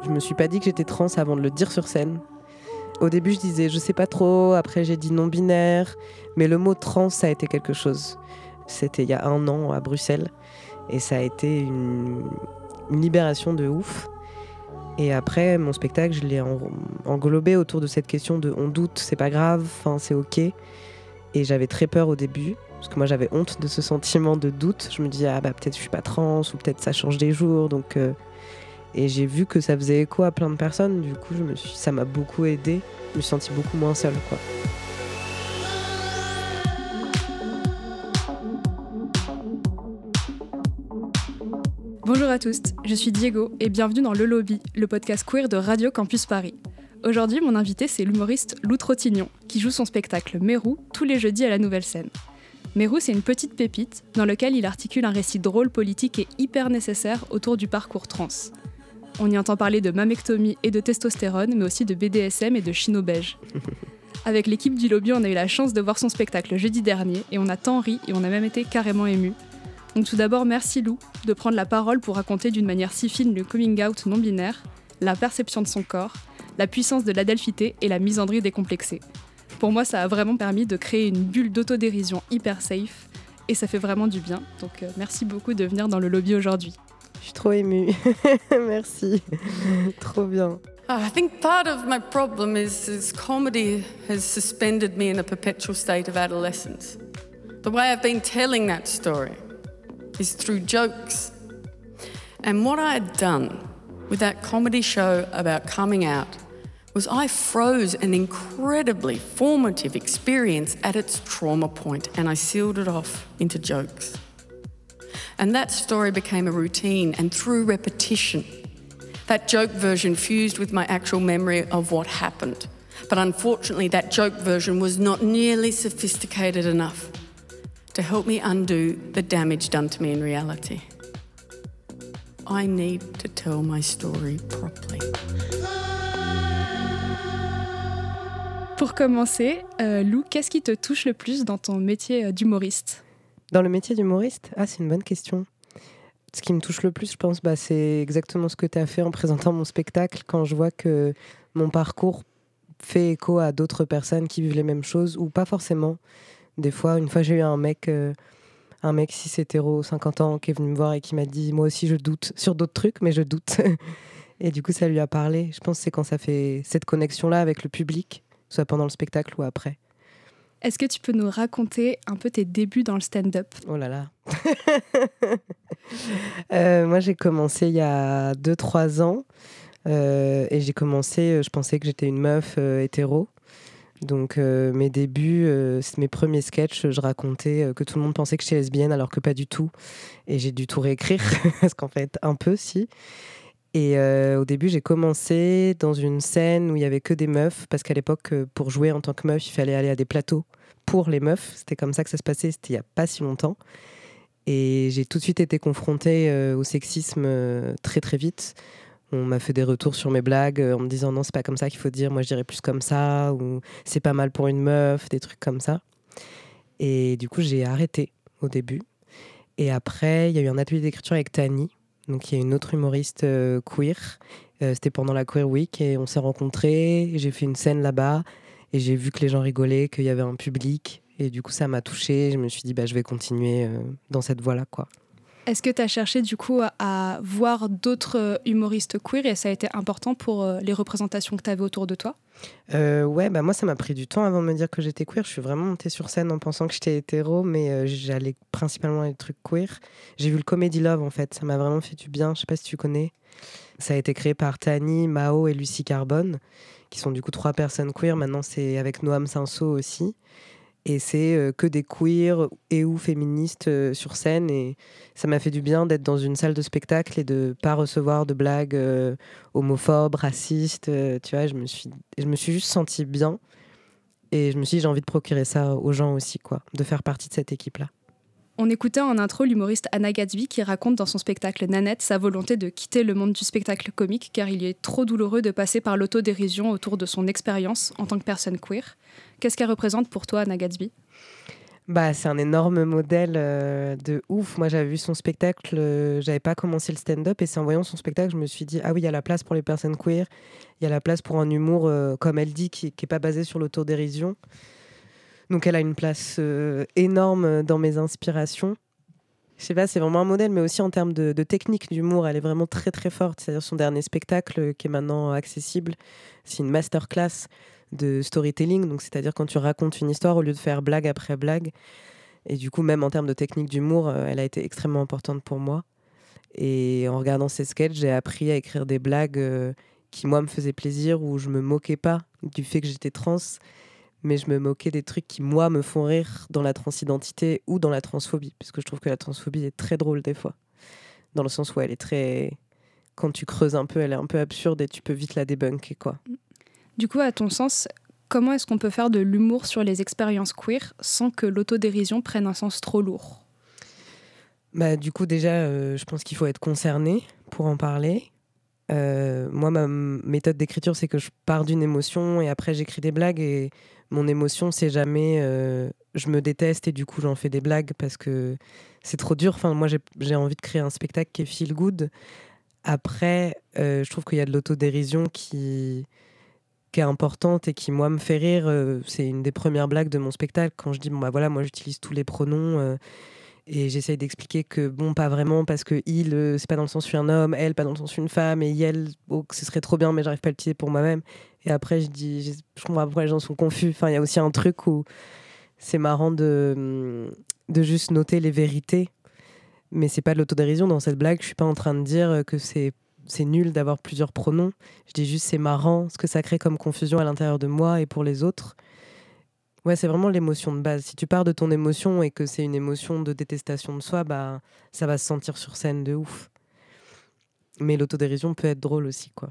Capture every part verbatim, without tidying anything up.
Je me suis pas dit que j'étais trans avant de le dire sur scène. Au début, je disais je sais pas trop, après j'ai dit non-binaire, mais le mot trans, ça a été quelque chose. C'était il y a un an à Bruxelles, et ça a été une, une libération de ouf. Et après, mon spectacle, je l'ai en, englobé autour de cette question de on doute, c'est pas grave, enfin c'est ok. Et j'avais très peur au début, parce que moi j'avais honte de ce sentiment de doute. Je me disais ah bah peut-être je suis pas trans, ou peut-être ça change des jours, donc... Euh, Et j'ai vu que ça faisait écho à plein de personnes, du coup je me suis, ça m'a beaucoup aidée. Je me suis sentie beaucoup moins seule, quoi. Bonjour à tous, je suis Diego et bienvenue dans Le Lobby, le podcast queer de Radio Campus Paris. Aujourd'hui, mon invité, c'est l'humoriste Lou Trottignon, qui joue son spectacle Mérou tous les jeudis à la Nouvelle Scène. Mérou, c'est une petite pépite dans lequel il articule un récit drôle, politique et hyper nécessaire autour du parcours trans. On y entend parler de mammectomie et de testostérone, mais aussi de B D S M et de chino beige. Avec l'équipe du Lobby, on a eu la chance de voir son spectacle jeudi dernier, et on a tant ri et on a même été carrément émus. Donc tout d'abord, merci Lou de prendre la parole pour raconter d'une manière si fine le coming out non-binaire, la perception de son corps, la puissance de l'adelphité et la misandrie décomplexée. Pour moi, ça a vraiment permis de créer une bulle d'autodérision hyper safe, et ça fait vraiment du bien. Donc euh, merci beaucoup de venir dans le Lobby aujourd'hui. Je suis trop émue. Merci. Trop bien. Oh, I think part of my problem is, is comedy has suspended me in a perpetual state of adolescence. The way I've been telling that story is through jokes. And what I had done with that comedy show about coming out was I froze an incredibly formative experience at its trauma point and I sealed it off into jokes. And that story became a routine, and through repetition, that joke version fused with my actual memory of what happened. But unfortunately, that joke version was not nearly sophisticated enough to help me undo the damage done to me in reality. I need to tell my story properly. Pour commencer, euh, Lou, qu'est-ce qui te touche le plus dans ton métier d'humoriste ? Dans le métier d'humoriste, ah, c'est une bonne question. Ce qui me touche le plus, je pense, bah, c'est exactement ce que tu as fait en présentant mon spectacle, quand je vois que mon parcours fait écho à d'autres personnes qui vivent les mêmes choses, ou pas forcément. Des fois, une fois, j'ai eu un mec, euh, un mec cis hétéro, cinquante ans, qui est venu me voir et qui m'a dit « Moi aussi, je doute sur d'autres trucs, mais je doute. » Et du coup, ça lui a parlé. Je pense que c'est quand ça fait cette connexion-là avec le public, soit pendant le spectacle ou après. Est-ce que tu peux nous raconter un peu tes débuts dans le stand-up ? Oh là là. euh, Moi, j'ai commencé il y a deux trois ans. Euh, et j'ai commencé, je pensais que j'étais une meuf euh, hétéro. Donc, euh, mes débuts, euh, mes premiers sketchs, je racontais euh, que tout le monde pensait que j'étais lesbienne, alors que pas du tout. Et j'ai dû tout réécrire, parce qu'en fait, un peu, si. Et euh, au début, j'ai commencé dans une scène où il n'y avait que des meufs, parce qu'à l'époque, pour jouer en tant que meuf, il fallait aller à des plateaux pour les meufs. C'était comme ça que ça se passait, c'était il n'y a pas si longtemps. Et j'ai tout de suite été confrontée euh, au sexisme euh, très très vite. On m'a fait des retours sur mes blagues euh, en me disant non, c'est pas comme ça qu'il faut dire, moi je dirais plus comme ça, ou c'est pas mal pour une meuf, des trucs comme ça. Et du coup, j'ai arrêté au début. Et après, il y a eu un atelier d'écriture avec Tani. Donc il y a une autre humoriste euh, queer, euh, c'était pendant la Queer Week et on s'est rencontrés, j'ai fait une scène là-bas et j'ai vu que les gens rigolaient, qu'il y avait un public et du coup ça m'a touchée, je me suis dit bah, je vais continuer euh, dans cette voie-là, quoi. Est-ce que tu as cherché du coup à voir d'autres humoristes queer et ça a été important pour les représentations que tu avais autour de toi ? euh, Ouais, bah moi ça m'a pris du temps avant de me dire que j'étais queer. Je suis vraiment montée sur scène en pensant que j'étais hétéro, mais euh, j'allais principalement dans les trucs queer. J'ai vu le Comedy Love en fait, ça m'a vraiment fait du bien, je sais pas si tu connais. Ça a été créé par Tani, Mao et Lucie Carbone, qui sont du coup trois personnes queer. Maintenant c'est avec Noam Sinso aussi. Et c'est euh, que des queers et ou féministes euh, sur scène. Et ça m'a fait du bien d'être dans une salle de spectacle et de pas recevoir de blagues euh, homophobes, racistes. Euh, tu vois, je me suis, je me suis juste sentie bien. Et je me suis dit, j'ai envie de procurer ça aux gens aussi, quoi, de faire partie de cette équipe-là. On écoutait en intro l'humoriste Anna Gatsby qui raconte dans son spectacle Nanette sa volonté de quitter le monde du spectacle comique car il est trop douloureux de passer par l'autodérision autour de son expérience en tant que personne queer. Qu'est-ce qu'elle représente pour toi, Anna Gatsby ? Bah, c'est un énorme modèle euh, de ouf. Moi, j'avais vu son spectacle, euh, j'avais pas commencé le stand-up, et c'est en voyant son spectacle, je me suis dit, ah oui, il y a la place pour les personnes queer, il y a la place pour un humour, euh, comme elle dit, qui, qui est pas basé sur l'autodérision. Donc, elle a une place euh, énorme dans mes inspirations. Je sais pas, c'est vraiment un modèle, mais aussi en termes de, de technique d'humour, elle est vraiment très très forte. C'est-à-dire son dernier spectacle, euh, qui est maintenant accessible, c'est une masterclass de storytelling, donc c'est-à-dire quand tu racontes une histoire au lieu de faire blague après blague. Et du coup, même en termes de technique d'humour, euh, elle a été extrêmement importante pour moi. Et en regardant ses sketchs, j'ai appris à écrire des blagues euh, qui, moi, me faisaient plaisir, où je me moquais pas du fait que j'étais trans, mais je me moquais des trucs qui, moi, me font rire dans la transidentité ou dans la transphobie, puisque je trouve que la transphobie est très drôle des fois, dans le sens où elle est très... Quand tu creuses un peu, elle est un peu absurde et tu peux vite la débunker, quoi. Du coup, à ton sens, comment est-ce qu'on peut faire de l'humour sur les expériences queer sans que l'autodérision prenne un sens trop lourd ? Bah, du coup, déjà, euh, je pense qu'il faut être concerné pour en parler. Euh, moi, ma m- méthode d'écriture, c'est que je pars d'une émotion et après, j'écris des blagues. Et mon émotion, c'est jamais euh, je me déteste et du coup, j'en fais des blagues parce que c'est trop dur. Enfin, moi, j'ai, j'ai envie de créer un spectacle qui est feel good. Après, euh, je trouve qu'il y a de l'autodérision qui... qui est importante et qui, moi, me fait rire. Euh, c'est une des premières blagues de mon spectacle, quand je dis, bon, bah voilà, moi, j'utilise tous les pronoms euh, et j'essaye d'expliquer que, bon, pas vraiment, parce que il, euh, c'est pas dans le sens où je suis un homme, elle, pas dans le sens où je suis une femme, et elle, oh, ce serait trop bien, mais j'arrive pas à l'utiliser pour moi-même. Et après, je dis, je, je comprends pas pourquoi les gens sont confus. Enfin, il y a aussi un truc où c'est marrant de, de juste noter les vérités, mais c'est pas de l'autodérision. Dans cette blague, je suis pas en train de dire que c'est c'est nul d'avoir plusieurs pronoms. Je dis juste c'est marrant ce que ça crée comme confusion à l'intérieur de moi et pour les autres. Ouais, c'est vraiment l'émotion de base. Si tu pars de ton émotion et que c'est une émotion de détestation de soi, bah ça va se sentir sur scène de ouf. Mais l'autodérision peut être drôle aussi, quoi.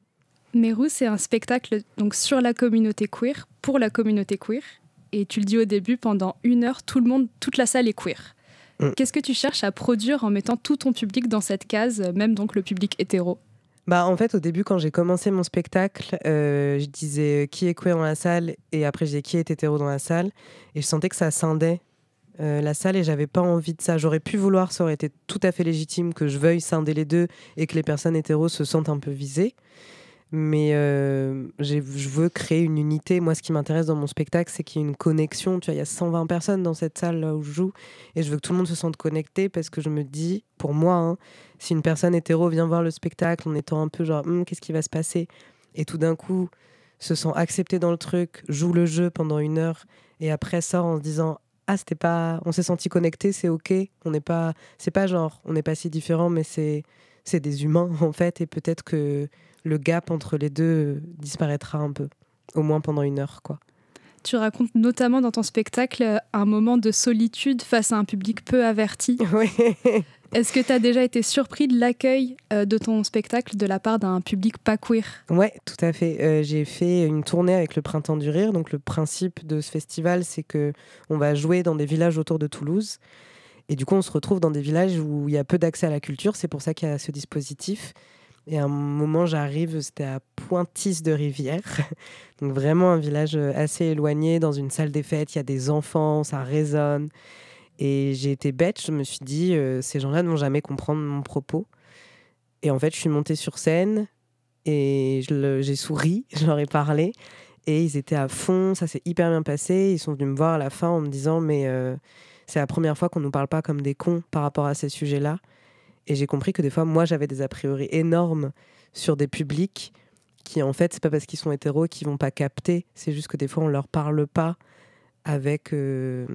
Meru, c'est un spectacle donc sur la communauté queer, pour la communauté queer. Et tu le dis au début, pendant une heure, tout le monde, toute la salle est queer. Mm. Qu'est-ce que tu cherches à produire en mettant tout ton public dans cette case, même donc le public hétéro ? Bah, en fait, au début, quand j'ai commencé mon spectacle, euh, je disais qui est queer dans la salle et après je disais qui est hétéro dans la salle. Et je sentais que ça scindait euh, la salle et j'avais pas envie de ça. J'aurais pu vouloir, ça aurait été tout à fait légitime que je veuille scinder les deux et que les personnes hétéros se sentent un peu visées. Mais euh, j'ai, je veux créer une unité. Moi, ce qui m'intéresse dans mon spectacle, c'est qu'il y ait une connexion. Tu vois, il y a cent vingt personnes dans cette salle là où je joue. Et je veux que tout le monde se sente connecté parce que je me dis, pour moi, hein, si une personne hétéro vient voir le spectacle en étant un peu genre, hm, qu'est-ce qui va se passer ? Et tout d'un coup, se sent accepté dans le truc, joue le jeu pendant une heure et après sort en se disant, ah, c'était pas... on s'est senti connecté, c'est OK. On n'est pas... C'est pas genre, on n'est pas si différents, mais c'est... c'est des humains, en fait. Et peut-être que le gap entre les deux disparaîtra un peu, au moins pendant une heure, quoi. Tu racontes notamment dans ton spectacle un moment de solitude face à un public peu averti. Oui. Est-ce que tu as déjà été surpris de l'accueil euh, de ton spectacle de la part d'un public pas queer ? Ouais, tout à fait. Euh, j'ai fait une tournée avec le Printemps du Rire. Donc le principe de ce festival, c'est que on va jouer dans des villages autour de Toulouse. Et du coup, on se retrouve dans des villages où il y a peu d'accès à la culture. C'est pour ça qu'il y a ce dispositif. Et à un moment, j'arrive, c'était à Pointis-de-Rivière. Donc vraiment un village assez éloigné, dans une salle des fêtes. Il y a des enfants, ça résonne. Et j'ai été bête, je me suis dit, euh, ces gens-là ne vont jamais comprendre mon propos. Et en fait, je suis montée sur scène et je le, j'ai souri, je leur ai parlé. Et ils étaient à fond, ça s'est hyper bien passé. Ils sont venus me voir à la fin en me disant, mais euh, c'est la première fois qu'on ne nous parle pas comme des cons par rapport à ces sujets-là. Et j'ai compris que des fois, moi, j'avais des a priori énormes sur des publics qui, en fait, c'est pas parce qu'ils sont hétéros qu'ils vont pas capter. C'est juste que des fois, on leur parle pas avec... Euh,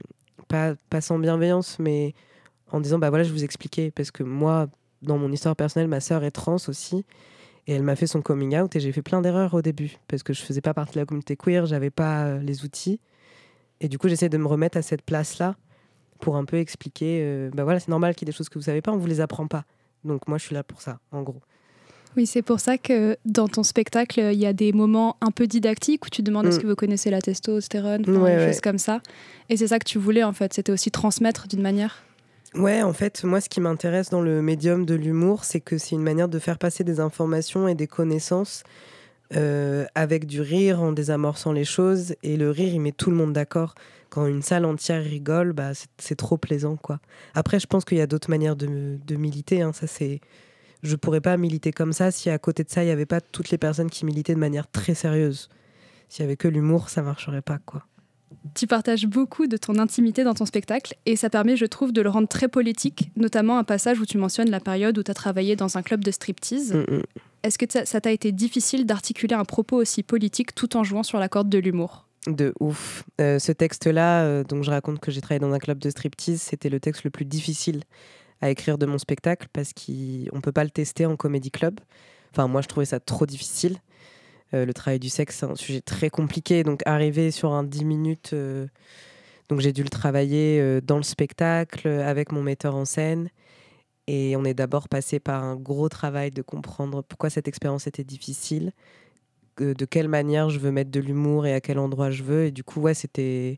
pas, pas sans bienveillance, mais en disant, bah voilà, je vous expliquais. Parce que moi, dans mon histoire personnelle, ma sœur est trans aussi. Et elle m'a fait son coming out et j'ai fait plein d'erreurs au début. Parce que je faisais pas partie de la communauté queer, j'avais pas les outils. Et du coup, j'essaie de me remettre à cette place-là pour un peu expliquer, euh, bah voilà, c'est normal qu'il y ait des choses que vous savez pas, on vous les apprend pas. Donc moi, je suis là pour ça, en gros. Oui, c'est pour ça que dans ton spectacle, il y a des moments un peu didactiques où tu demandes mmh. est-ce que vous connaissez la testostérone, enfin, ouais, des ouais. choses comme ça. Et c'est ça que tu voulais, en fait, c'était aussi transmettre d'une manière. Ouais, en fait, moi, ce qui m'intéresse dans le médium de l'humour, c'est que c'est une manière de faire passer des informations et des connaissances euh, avec du rire, en désamorçant les choses. Et le rire, il met tout le monde d'accord. Quand une salle entière rigole, bah, c'est, c'est trop plaisant, quoi. Après, je pense qu'il y a d'autres manières de, de militer. Hein. Ça, c'est... Je pourrais pas militer comme ça si à côté de ça, il n'y avait pas toutes les personnes qui militaient de manière très sérieuse. S'il y avait que l'humour, ça marcherait pas, quoi. Tu partages beaucoup de ton intimité dans ton spectacle et ça permet, je trouve, de le rendre très politique, notamment un passage où tu mentionnes la période où tu as travaillé dans un club de striptease. Mm-mm. Est-ce que ça, ça t'a été difficile d'articuler un propos aussi politique tout en jouant sur la corde de l'humour ? De ouf. Euh, ce texte-là, euh, donc je raconte que j'ai travaillé dans un club de striptease, c'était le texte le plus difficile à écrire de mon spectacle parce qu'on ne peut pas le tester en comédie club. Enfin, moi, je trouvais ça trop difficile. Euh, le travail du sexe, c'est un sujet très compliqué. Donc, arriver sur un dix minutes... Euh, donc, j'ai dû le travailler euh, dans le spectacle, avec mon metteur en scène. Et on est d'abord passé par un gros travail de comprendre pourquoi cette expérience était difficile, euh, de quelle manière je veux mettre de l'humour et à quel endroit je veux. Et du coup, ouais, c'était...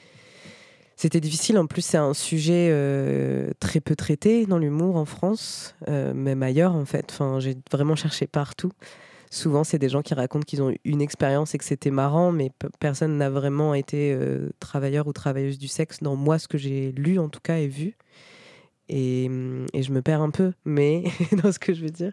C'était difficile. En plus, c'est un sujet euh, très peu traité dans l'humour en France, euh, même ailleurs, en fait. Enfin, j'ai vraiment cherché partout. Souvent, c'est des gens qui racontent qu'ils ont eu une expérience et que c'était marrant, mais p- personne n'a vraiment été euh, travailleur ou travailleuse du sexe dans moi, ce que j'ai lu en tout cas et vu. Et, et je me perds un peu, mais dans ce que je veux dire.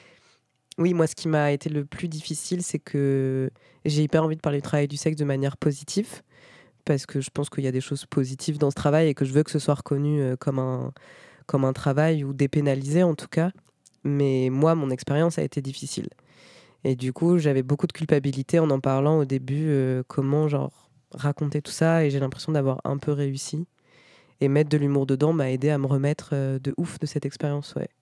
Oui, moi, ce qui m'a été le plus difficile, c'est que j'ai hyper envie de parler du travail du sexe de manière positive, parce que je pense qu'il y a des choses positives dans ce travail et que je veux que ce soit reconnu euh, comme un, comme un travail ou dépénalisé en tout cas. Mais moi, mon expérience a été difficile. Et du coup, j'avais beaucoup de culpabilité en en parlant au début, euh, comment genre raconter tout ça, et j'ai l'impression d'avoir un peu réussi. Et mettre de l'humour dedans m'a aidé à me remettre euh, de ouf de cette expérience, ouais.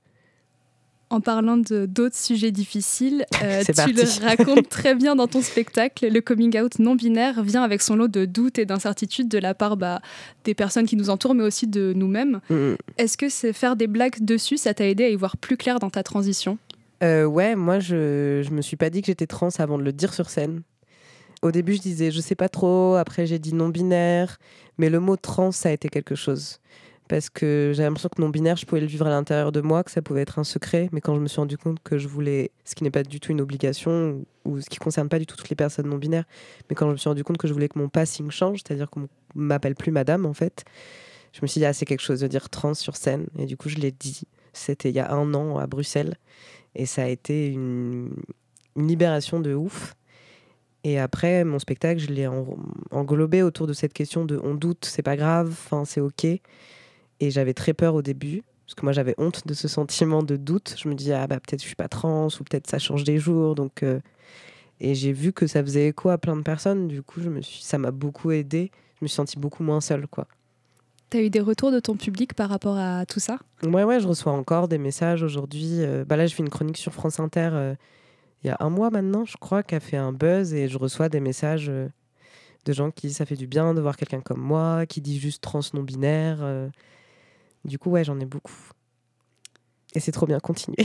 En parlant de, d'autres sujets difficiles, euh, tu parti. le racontes très bien dans ton spectacle. Le coming out non-binaire vient avec son lot de doutes et d'incertitudes de la part bah, des personnes qui nous entourent, mais aussi de nous-mêmes. Mmh. Est-ce que c'est faire des blagues dessus, ça t'a aidé à y voir plus clair dans ta transition ? Euh, ouais, moi, je, je me suis pas dit que j'étais trans avant de le dire sur scène. Au début, je disais je sais pas trop, après j'ai dit non-binaire, mais le mot trans, ça a été quelque chose. Parce que j'avais l'impression que non-binaire, je pouvais le vivre à l'intérieur de moi, que ça pouvait être un secret, mais quand je me suis rendu compte que je voulais, ce qui n'est pas du tout une obligation, ou, ou ce qui concerne pas du tout toutes les personnes non-binaires, mais quand je me suis rendu compte que je voulais que mon passing change, c'est-à-dire qu'on m'appelle plus madame, en fait, je me suis dit, ah, c'est quelque chose de dire trans sur scène, et du coup, je l'ai dit. C'était il y a un an à Bruxelles. Et ça a été une, une libération de ouf. Et après, mon spectacle, je l'ai en, englobé autour de cette question de on doute, c'est pas grave, enfin, c'est OK. Et j'avais très peur au début, parce que moi, j'avais honte de ce sentiment de doute. Je me disais, ah bah peut-être je suis pas trans, ou peut-être ça change des jours. Donc, euh... Et j'ai vu que ça faisait écho à plein de personnes. Du coup, je me suis... ça m'a beaucoup aidée. Je me suis sentie beaucoup moins seule, quoi. T'as eu des retours de ton public par rapport à tout ça ? Ouais, ouais, je reçois encore des messages aujourd'hui. Euh, bah là, je fais une chronique sur France Inter euh, il y a un mois maintenant, je crois, qui a fait un buzz. Et je reçois des messages euh, de gens qui disent ça fait du bien de voir quelqu'un comme moi, qui dit juste trans non-binaire. Euh. Du coup, ouais, j'en ai beaucoup. Et c'est trop bien, continuer.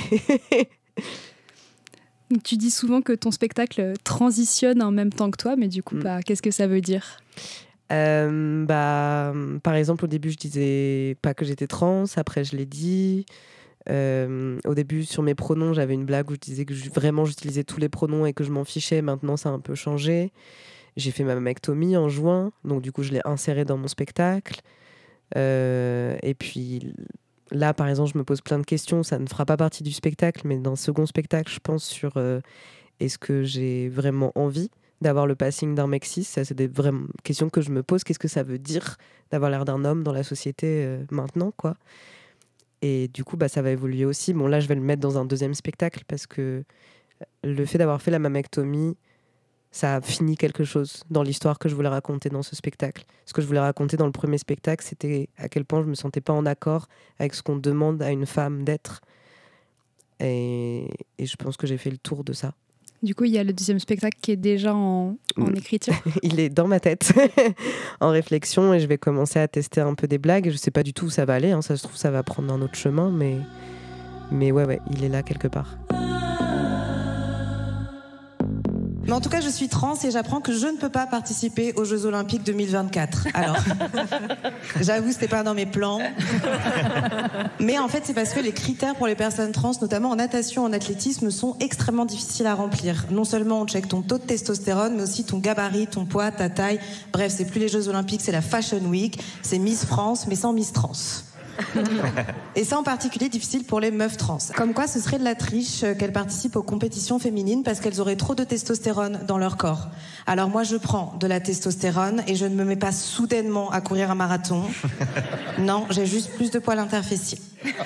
Tu dis souvent que ton spectacle transitionne en même temps que toi, mais du coup, mm. bah, qu'est-ce que ça veut dire ? Euh, bah, par exemple, au début, je disais pas que j'étais trans. Après, je l'ai dit. Euh, au début, sur mes pronoms, j'avais une blague où je disais que je, vraiment j'utilisais tous les pronoms et que je m'en fichais. Maintenant, ça a un peu changé. J'ai fait ma mammectomie en juin. Donc, du coup, je l'ai inséré dans mon spectacle. Euh, et puis là, par exemple, je me pose plein de questions. Ça ne fera pas partie du spectacle, mais dans le second spectacle, je pense sur euh, est-ce que j'ai vraiment envie d'avoir le passing d'un mec cis. Ça, c'est des vraies questions que je me pose. Qu'est-ce que ça veut dire d'avoir l'air d'un homme dans la société euh, maintenant, quoi. Et du coup, bah, ça va évoluer aussi. Bon, là, je vais le mettre dans un deuxième spectacle parce que le fait d'avoir fait la mammectomie, ça a fini quelque chose dans l'histoire que je voulais raconter dans ce spectacle. Ce que je voulais raconter dans le premier spectacle, c'était à quel point je me sentais pas en accord avec ce qu'on demande à une femme d'être. Et, et je pense que j'ai fait le tour de ça. Du coup, il y a le deuxième spectacle qui est déjà en, en écriture. Il est dans ma tête, en réflexion, et je vais commencer à tester un peu des blagues. Je sais pas du tout où ça va aller, hein. Ça se trouve, ça va prendre un autre chemin, mais, mais ouais, ouais, il est là quelque part. Mais en tout cas, je suis trans et j'apprends que je ne peux pas participer aux Jeux Olympiques deux mille vingt-quatre. Alors, j'avoue, c'était pas dans mes plans. Mais en fait, c'est parce que les critères pour les personnes trans, notamment en natation, en athlétisme, sont extrêmement difficiles à remplir. Non seulement on check ton taux de testostérone, mais aussi ton gabarit, ton poids, ta taille. Bref, c'est plus les Jeux Olympiques, c'est la Fashion Week. C'est Miss France, mais sans Miss Trans. Et ça en particulier difficile pour les meufs trans. Comme quoi ce serait de la triche qu'elles participent aux compétitions féminines parce qu'elles auraient trop de testostérone dans leur corps. Alors moi je prends de la testostérone et je ne me mets pas soudainement à courir un marathon. Non, j'ai juste plus de poils interfessiers.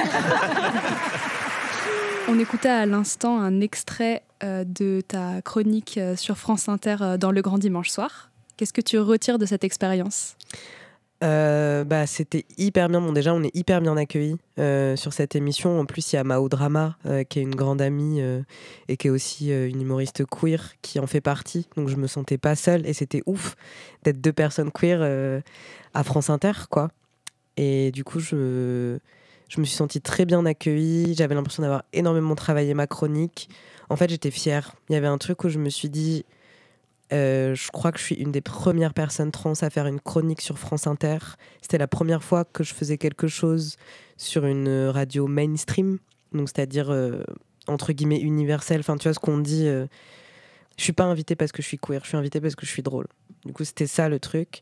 On écoutait à l'instant un extrait euh, de ta chronique euh, sur France Inter euh, dans Le Grand Dimanche Soir. Qu'est-ce que tu retires de cette expérience ? Euh, bah, c'était hyper bien. Bon, déjà, on est hyper bien accueillis euh, sur cette émission. En plus, il y a Mao Drama, euh, qui est une grande amie euh, et qui est aussi euh, une humoriste queer qui en fait partie. Donc, je me sentais pas seule et c'était ouf d'être deux personnes queer euh, à France Inter, quoi. Et du coup, je, je me suis sentie très bien accueillie. J'avais l'impression d'avoir énormément travaillé ma chronique. En fait, j'étais fière. Il y avait un truc où je me suis dit... Euh, je crois que je suis une des premières personnes trans à faire une chronique sur France Inter. C'était la première fois que je faisais quelque chose sur une radio mainstream, donc c'est-à-dire euh, entre guillemets universelle. Enfin, tu vois ce qu'on dit. Euh, je suis pas invitée parce que je suis queer, je suis invitée parce que je suis drôle. Du coup, c'était ça le truc.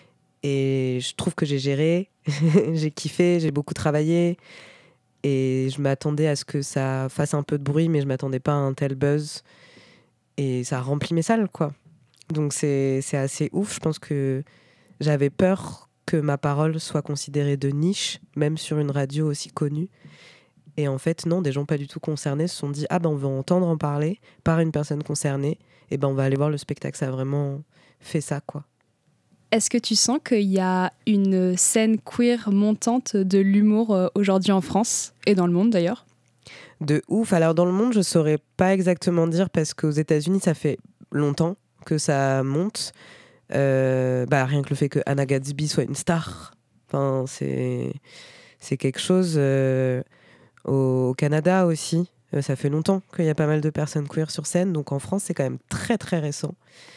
Et je trouve que j'ai géré, j'ai kiffé, j'ai beaucoup travaillé. Et je m'attendais à ce que ça fasse un peu de bruit, mais je m'attendais pas à un tel buzz. Et ça a rempli mes salles, quoi. Donc c'est, c'est assez ouf. Je pense que j'avais peur que ma parole soit considérée de niche, même sur une radio aussi connue. Et en fait, non, des gens pas du tout concernés se sont dit « Ah ben, on veut entendre en parler par une personne concernée. Et ben, on va aller voir le spectacle. » Ça a vraiment fait ça, quoi. Est-ce que tu sens qu'il y a une scène queer montante de l'humour aujourd'hui en France et dans le monde, d'ailleurs ? De ouf. Alors, dans le monde, je saurais pas exactement dire parce qu'aux États-Unis, ça fait longtemps que ça monte. Euh, bah, rien que le fait que Anna Gatsby soit une star, enfin, c'est, c'est quelque chose. Euh, au Canada aussi, euh, ça fait longtemps qu'il y a pas mal de personnes queer sur scène. Donc en France, c'est quand même très très récent.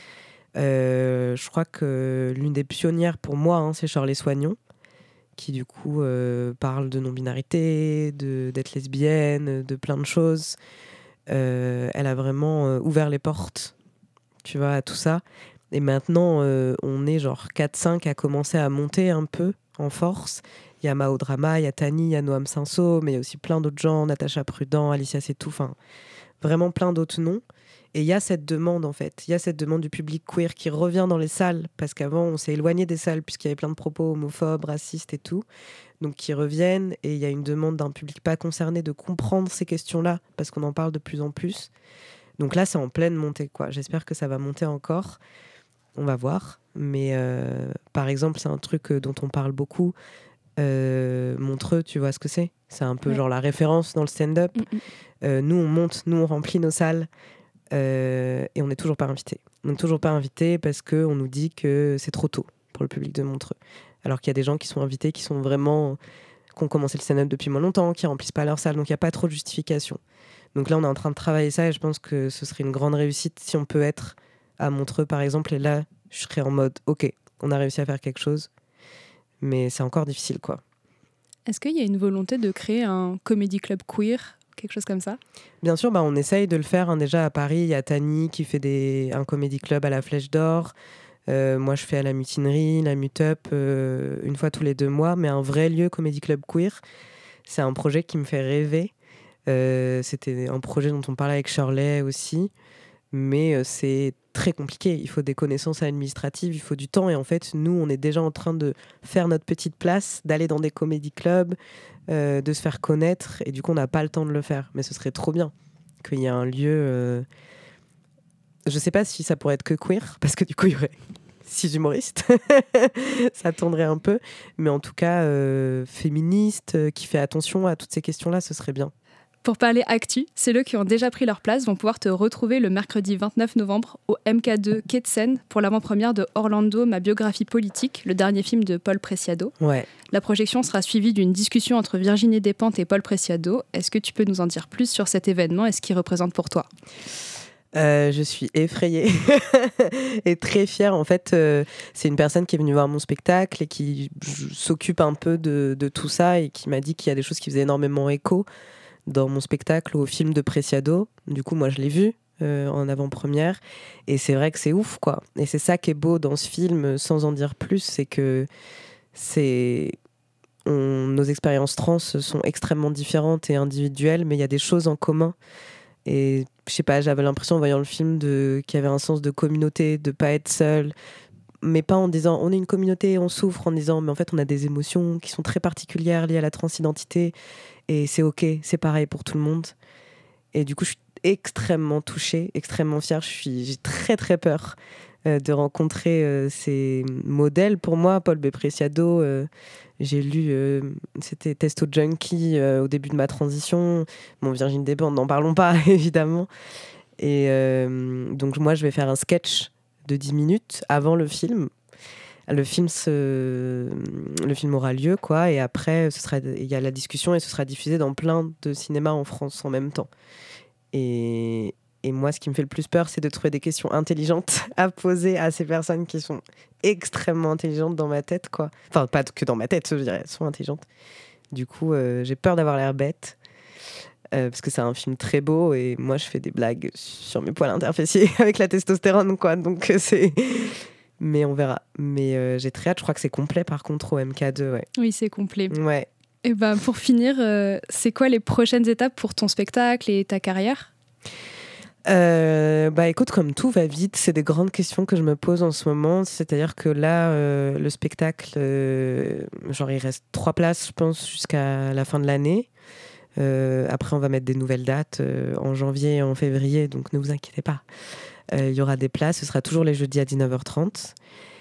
Euh, je crois que l'une des pionnières pour moi, hein, c'est Shirley Soignon, qui du coup euh, parle de non-binarité, de, d'être lesbienne, de plein de choses. Euh, elle a vraiment euh, ouvert les portes, tu vois, à tout ça. Et maintenant, euh, on est genre quatre cinq à commencer à monter un peu en force. Il y a Mao Drama, il y a Tani, il y a Noam Sinso, mais il y a aussi plein d'autres gens, Natacha Prudent, Alicia Setou, enfin, vraiment plein d'autres noms. Et il y a cette demande, en fait. Il y a cette demande du public queer qui revient dans les salles, parce qu'avant, on s'est éloigné des salles, puisqu'il y avait plein de propos homophobes, racistes et tout. Donc, qui reviennent, et il y a une demande d'un public pas concerné de comprendre ces questions-là, parce qu'on en parle de plus en plus. Donc là, c'est en pleine montée, quoi. J'espère que ça va monter encore. On va voir. Mais euh, par exemple, c'est un truc dont on parle beaucoup. Euh, Montreux, tu vois ce que c'est ? C'est un peu ouais. genre la référence dans le stand-up. Mm-hmm. Euh, nous, on monte, nous, on remplit nos salles. Euh, et on n'est toujours pas invités. On n'est toujours pas invités parce qu'on nous dit que c'est trop tôt pour le public de Montreux. Alors qu'il y a des gens qui sont invités, qui sont vraiment... qui ont commencé le stand-up depuis moins longtemps, qui remplissent pas leur salle. Donc il n'y a pas trop de justification. Donc là, on est en train de travailler ça et je pense que ce serait une grande réussite si on peut être à Montreux, par exemple. Et là, je serais en mode, OK, on a réussi à faire quelque chose. Mais c'est encore difficile, quoi. Est-ce qu'il y a une volonté de créer un comedy club queer, quelque chose comme ça ? Bien sûr, bah, on essaye de le faire. Hein. Déjà, à Paris, il y a Tani qui fait des... un comedy club à la Flèche d'Or. Euh, moi, je fais à la Mutinerie, la Mutup, euh, une fois tous les deux mois. Mais un vrai lieu comedy club queer, c'est un projet qui me fait rêver. Euh, c'était un projet dont on parlait avec Shirley aussi, mais euh, c'est très compliqué. Il faut des connaissances administratives, il faut du temps. Et en fait, nous, on est déjà en train de faire notre petite place, d'aller dans des comédie clubs, euh, de se faire connaître. Et du coup, on n'a pas le temps de le faire. Mais ce serait trop bien qu'il y ait un lieu... Euh... Je ne sais pas si ça pourrait être que queer, parce que du coup, il y aurait six humoristes. Ça tournerait un peu. Mais en tout cas, euh, féministe, euh, qui fait attention à toutes ces questions-là, ce serait bien. Pour parler actu, ceux qui ont déjà pris leur place vont pouvoir te retrouver le mercredi vingt-neuf novembre au M K deux Quai de Seine pour l'avant-première de Orlando, ma biographie politique, le dernier film de Paul Preciado. Ouais. La projection sera suivie d'une discussion entre Virginie Despentes et Paul Preciado. Est-ce que tu peux nous en dire plus sur cet événement et ce qu'il représente pour toi ? Euh, je suis effrayée et très fière. En fait, euh, c'est une personne qui est venue voir mon spectacle et qui j- s'occupe un peu de, de tout ça et qui m'a dit qu'il y a des choses qui faisaient énormément écho dans mon spectacle au film de Preciado. Du coup, moi, je l'ai vu euh, en avant-première et c'est vrai que c'est ouf, quoi. Et c'est ça qui est beau dans ce film, sans en dire plus, c'est que c'est... On, nos expériences trans sont extrêmement différentes et individuelles, mais il y a des choses en commun. Et je sais pas, j'avais l'impression en voyant le film de, qu'il y avait un sens de communauté, de pas être seul, mais pas en disant on est une communauté, on souffre, en disant mais en fait on a des émotions qui sont très particulières liées à la transidentité et c'est ok, c'est pareil pour tout le monde. Et du coup je suis extrêmement touchée, extrêmement fière, je suis, j'ai très très peur euh, de rencontrer euh, ces modèles. Pour moi, Paul B. Preciado, euh, j'ai lu, euh, c'était Testo Junkie euh, au début de ma transition. Bon, Virginie Despentes, n'en parlons pas, évidemment. Et euh, donc, moi, je vais faire un sketch de dix minutes avant le film. Le film, se... le film aura lieu, quoi. Et après, ce sera... il y a la discussion et ce sera diffusé dans plein de cinémas en France en même temps. Et... Et moi, ce qui me fait le plus peur, c'est de trouver des questions intelligentes à poser à ces personnes qui sont extrêmement intelligentes dans ma tête, quoi. Enfin, pas que dans ma tête, je dirais, elles sont intelligentes. Du coup, euh, j'ai peur d'avoir l'air bête, euh, parce que c'est un film très beau, et moi, je fais des blagues sur mes poils interfessiers avec la testostérone, quoi. Donc, euh, c'est... Mais on verra. Mais euh, j'ai très hâte. Je crois que c'est complet, par contre, au M K deux, ouais. Oui, c'est complet. Ouais. Et ben, pour finir, euh, c'est quoi les prochaines étapes pour ton spectacle et ta carrière ? Euh, bah écoute, comme tout va vite, c'est des grandes questions que je me pose en ce moment. C'est-à-dire que là, euh, le spectacle, euh, genre il reste trois places, je pense, jusqu'à la fin de l'année. Euh, après, on va mettre des nouvelles dates euh, en janvier et en février, donc ne vous inquiétez pas. Euh, il y aura des places, ce sera toujours les jeudis à dix-neuf heures trente.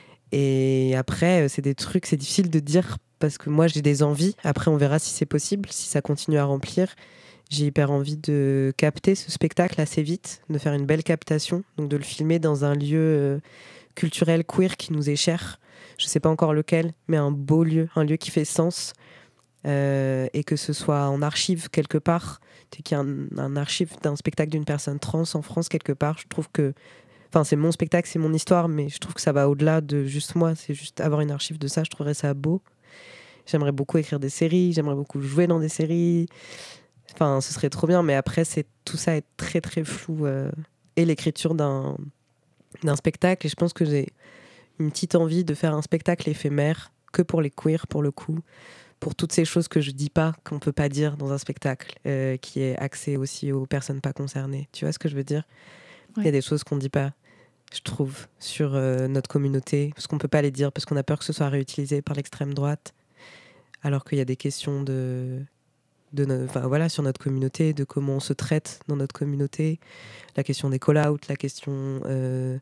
Et après, euh, c'est des trucs, c'est difficile de dire parce que moi, j'ai des envies. Après, on verra si c'est possible, si ça continue à remplir. J'ai hyper envie de capter ce spectacle assez vite, de faire une belle captation, donc de le filmer dans un lieu euh, culturel queer qui nous est cher. Je ne sais pas encore lequel, mais un beau lieu, un lieu qui fait sens, euh, et que ce soit en archive quelque part, qu'il y ait un, un archive d'un spectacle d'une personne trans en France quelque part. Je trouve que, enfin, c'est mon spectacle, c'est mon histoire, mais je trouve que ça va au-delà de juste moi. C'est juste avoir une archive de ça, je trouverais ça beau. J'aimerais beaucoup écrire des séries, j'aimerais beaucoup jouer dans des séries. Enfin, ce serait trop bien, mais après, c'est, tout ça est très, très flou. Euh, et l'écriture d'un, d'un spectacle. Et je pense que j'ai une petite envie de faire un spectacle éphémère, que pour les queers, pour le coup. Pour toutes ces choses que je dis pas, qu'on peut pas dire dans un spectacle, euh, qui est axé aussi aux personnes pas concernées. Tu vois ce que je veux dire ? Ouais. Il y a des choses qu'on dit pas, je trouve, sur euh, notre communauté, parce qu'on peut pas les dire, parce qu'on a peur que ce soit réutilisé par l'extrême droite. Alors qu'il y a des questions de... De no- enfin, voilà, sur notre communauté, de comment on se traite dans notre communauté, la question des call-out, la question euh,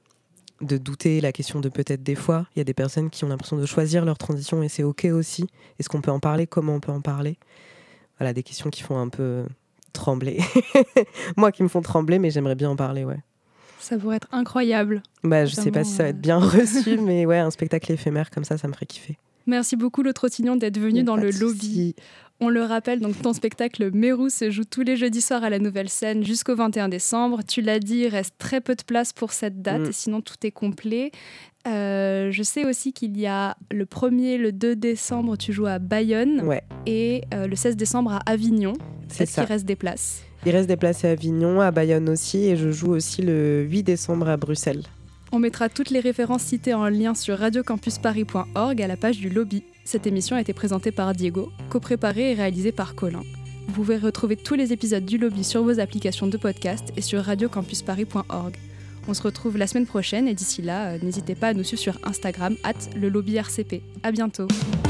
de douter, la question de peut-être des fois. Il y a des personnes qui ont l'impression de choisir leur transition et c'est ok aussi. Est-ce qu'on peut en parler ? Comment on peut en parler ? Voilà, des questions qui font un peu trembler. Moi qui me font trembler, mais j'aimerais bien en parler, ouais. Ça pourrait être incroyable. Bah, je sais pas si ça va être bien reçu, mais ouais, un spectacle éphémère comme ça, ça me ferait kiffer. Merci beaucoup, Le Trottignon, d'être venu dans le lobby. On le rappelle, donc ton spectacle Mérou se joue tous les jeudis soirs à la Nouvelle Scène jusqu'au vingt et un décembre. Tu l'as dit, il reste très peu de place pour cette date, mmh. et sinon tout est complet. Euh, je sais aussi qu'il y a le premier, le deux décembre, tu joues à Bayonne, ouais. et euh, le seize décembre à Avignon. C'est Est-ce ça. qu'il reste des places ? Il reste des places à Avignon, à Bayonne aussi, et je joue aussi le huit décembre à Bruxelles. On mettra toutes les références citées en lien sur radio campus paris point org à la page du lobby. Cette émission a été présentée par Diego, co-préparée et réalisée par Colin. Vous pouvez retrouver tous les épisodes du lobby sur vos applications de podcast et sur radio campus paris point org. On se retrouve la semaine prochaine et d'ici là, euh, n'hésitez pas à nous suivre sur Instagram arobase le lobby R C P. À bientôt.